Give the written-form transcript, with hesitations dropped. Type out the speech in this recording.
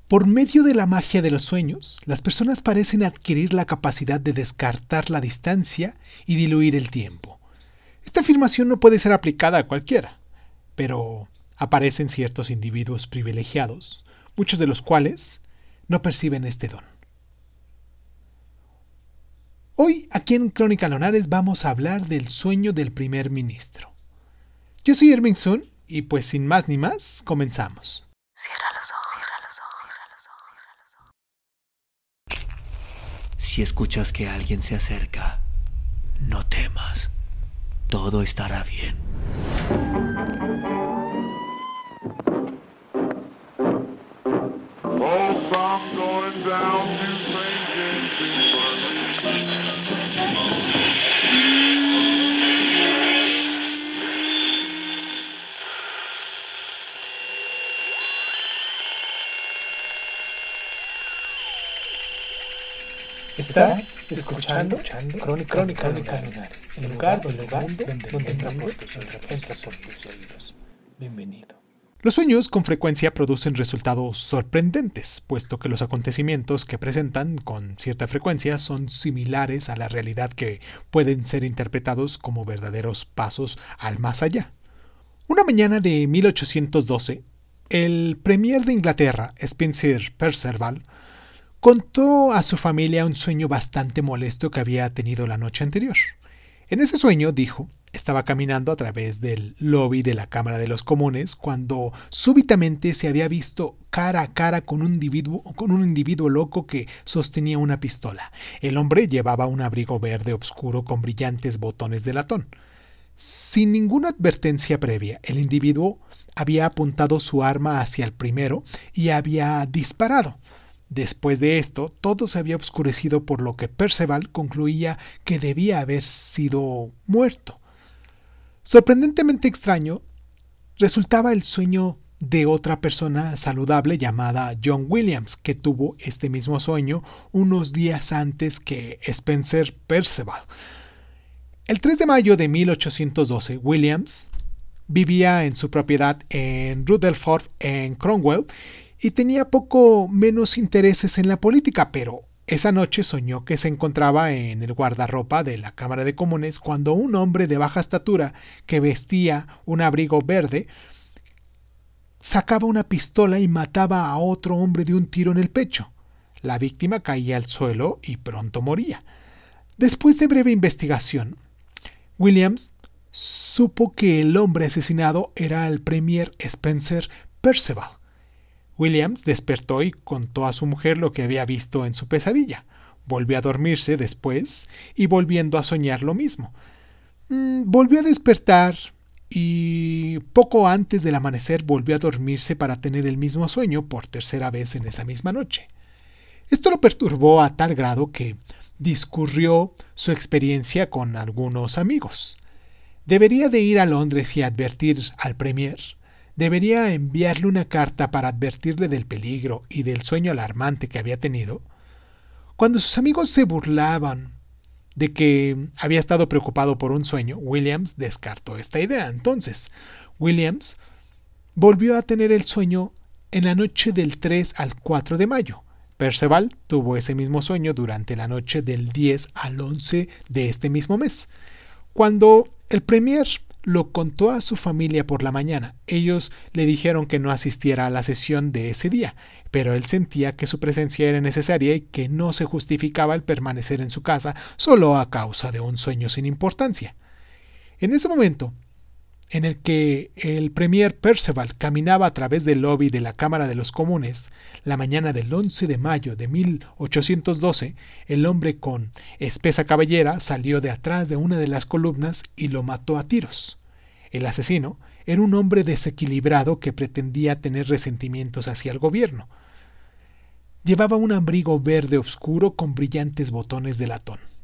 Por medio de la magia de los sueños, las personas parecen adquirir la capacidad de descartar la distancia y diluir el tiempo. Esta afirmación no puede ser aplicada a cualquiera, pero aparecen ciertos individuos privilegiados, muchos de los cuales no perciben este don. Hoy, aquí en Crónica Lunares, vamos a hablar del sueño del primer ministro. Yo soy Irving Sun y pues sin más ni más, comenzamos. Cierra los ojos, cierra los ojos, cierra los ojos, cierra los ojos. Si escuchas que alguien se acerca, no temas. Todo estará bien. Estás escuchando Crónica Lunares, el lugar donde entra por tus oídos. Bienvenido. Los sueños con frecuencia producen resultados sorprendentes, puesto que los acontecimientos que presentan con cierta frecuencia son similares a la realidad que pueden ser interpretados como verdaderos pasos al más allá. Una mañana de 1812, el premier de Inglaterra, Spencer Perceval, contó a su familia un sueño bastante molesto que había tenido la noche anterior. En ese sueño, dijo, estaba caminando a través del lobby de la Cámara de los Comunes cuando súbitamente se había visto cara a cara con un individuo loco que sostenía una pistola. El hombre llevaba un abrigo verde oscuro con brillantes botones de latón. Sin ninguna advertencia previa, el individuo había apuntado su arma hacia el primero y había disparado. Después de esto, todo se había oscurecido, por lo que Perceval concluía que debía haber sido muerto. Sorprendentemente extraño resultaba el sueño de otra persona saludable llamada John Williams, que tuvo este mismo sueño unos días antes que Spencer Perceval. El 3 de mayo de 1812, Williams vivía en su propiedad en Rutherford, en Cromwell, y tenía poco menos intereses en la política, pero esa noche soñó que se encontraba en el guardarropa de la Cámara de Comunes cuando un hombre de baja estatura que vestía un abrigo verde sacaba una pistola y mataba a otro hombre de un tiro en el pecho. La víctima caía al suelo y pronto moría. Después de breve investigación, Williams supo que el hombre asesinado era el premier Spencer Perceval. Williams despertó y contó a su mujer lo que había visto en su pesadilla. Volvió a dormirse después y volviendo a soñar lo mismo. Volvió a despertar y poco antes del amanecer volvió a dormirse para tener el mismo sueño por tercera vez en esa misma noche. Esto lo perturbó a tal grado que discurrió su experiencia con algunos amigos. ¿Debería de ir a Londres y advertir al premier? ¿Debería enviarle una carta para advertirle del peligro y del sueño alarmante que había tenido? Cuando sus amigos se burlaban de que había estado preocupado por un sueño, Williams descartó esta idea. Entonces, Williams volvió a tener el sueño en la noche del 3 al 4 de mayo. Perceval tuvo ese mismo sueño durante la noche del 10 al 11 de este mismo mes. Cuando el premier lo contó a su familia por la mañana, ellos le dijeron que no asistiera a la sesión de ese día, pero él sentía que su presencia era necesaria y que no se justificaba el permanecer en su casa solo a causa de un sueño sin importancia. En ese momento, en el que el premier Perceval caminaba a través del lobby de la Cámara de los Comunes, la mañana del 11 de mayo de 1812, el hombre con espesa cabellera salió de atrás de una de las columnas y lo mató a tiros. El asesino era un hombre desequilibrado que pretendía tener resentimientos hacia el gobierno. Llevaba un abrigo verde oscuro con brillantes botones de latón.